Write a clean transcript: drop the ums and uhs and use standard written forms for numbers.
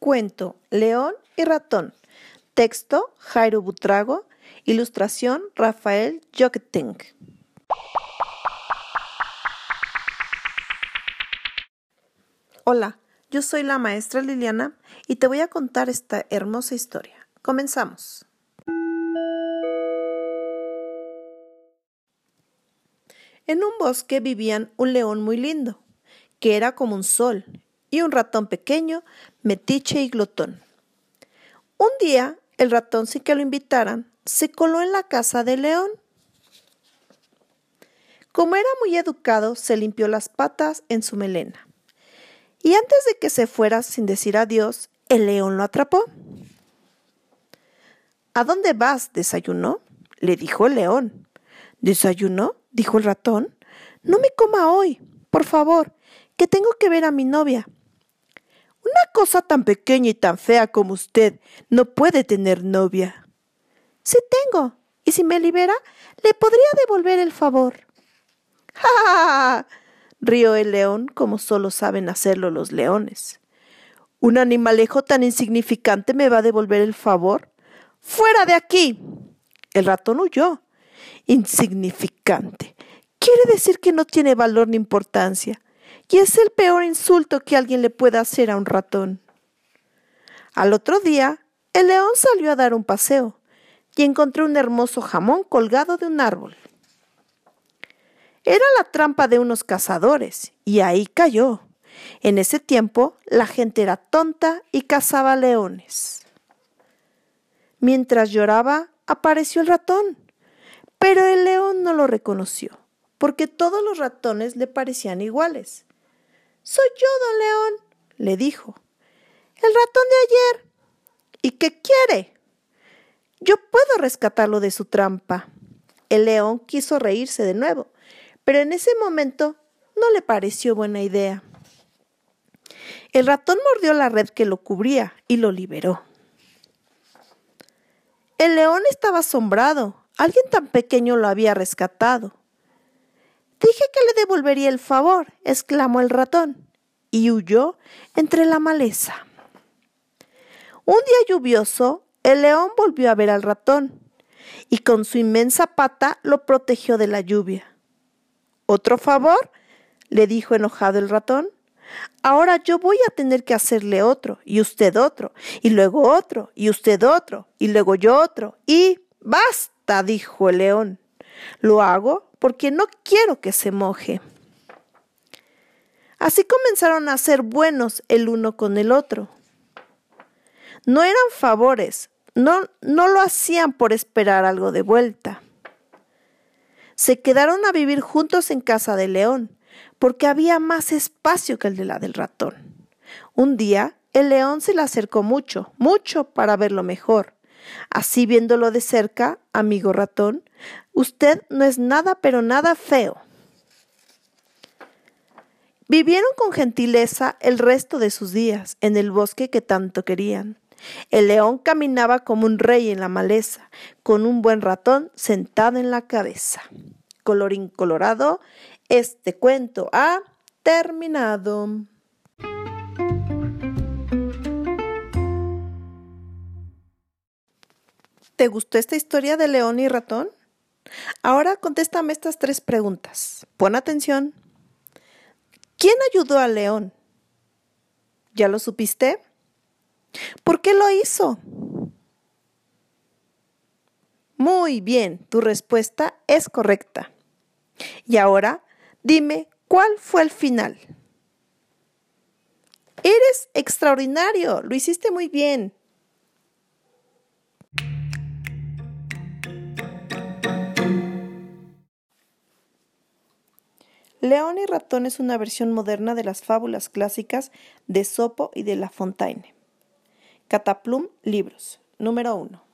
Cuento León y ratón. Texto Jairo Butrago. Ilustración Rafael Joqueting. Hola, yo soy la maestra Liliana y te voy a contar esta hermosa historia. Comenzamos. En un bosque vivían un león muy lindo, que era como un sol, y un ratón pequeño, metiche y glotón. Un día, el ratón, sin que lo invitaran, se coló en la casa del león. Como era muy educado, se limpió las patas en su melena. Y antes de que se fuera sin decir adiós, el león lo atrapó. ¿A dónde vas? ¿Desayunó? Le dijo el león. ¿Desayunó? Dijo el ratón. No me coma hoy, por favor, que tengo que ver a mi novia. Una cosa tan pequeña y tan fea como usted no puede tener novia. Sí tengo, y si me libera, le podría devolver el favor. ¡Ja, ja, ja! Rió el león como solo saben hacerlo los leones. ¿Un animalejo tan insignificante me va a devolver el favor? ¡Fuera de aquí! El ratón huyó. Insignificante. Quiere decir que no tiene valor ni importancia. Y es el peor insulto que alguien le pueda hacer a un ratón. Al otro día, el león salió a dar un paseo y encontró un hermoso jamón colgado de un árbol. Era la trampa de unos cazadores y ahí cayó. En ese tiempo, la gente era tonta y cazaba leones. Mientras lloraba, apareció el ratón, pero el león no lo reconoció, porque todos los ratones le parecían iguales. «Soy yo, don León», le dijo. «El ratón de ayer». «¿Y qué quiere?» «Yo puedo rescatarlo de su trampa». El león quiso reírse de nuevo, pero en ese momento no le pareció buena idea. El ratón mordió la red que lo cubría y lo liberó. El león estaba asombrado. Alguien tan pequeño lo había rescatado. «Dije que le devolvería el favor», exclamó el ratón, y huyó entre la maleza. Un día lluvioso, el león volvió a ver al ratón, y con su inmensa pata lo protegió de la lluvia. «¿Otro favor?», le dijo enojado el ratón. «Ahora yo voy a tener que hacerle otro, y usted otro, y luego otro, y usted otro, y luego yo otro, y...» «¡Basta!», dijo el león. «Lo hago porque no quiero que se moje». Así comenzaron a ser buenos el uno con el otro. No eran favores, no lo hacían por esperar algo de vuelta. Se quedaron a vivir juntos en casa del león, porque había más espacio que el de la del ratón. Un día, el león se le acercó mucho, mucho para verlo mejor. Así, viéndolo de cerca, amigo ratón, usted no es nada pero nada feo. Vivieron con gentileza el resto de sus días en el bosque que tanto querían. El león caminaba como un rey en la maleza, con un buen ratón sentado en la cabeza. Colorín colorado, este cuento ha terminado. ¿Te gustó esta historia de león y ratón? Ahora contéstame estas 3 preguntas. Pon atención. ¿Quién ayudó al león? ¿Ya lo supiste? ¿Por qué lo hizo? Muy bien, tu respuesta es correcta. Y ahora, dime, ¿cuál fue el final? ¡Eres extraordinario! Lo hiciste muy bien. León y ratón es una versión moderna de las fábulas clásicas de Esopo y de La Fontaine. Cataplum Libros, número 1.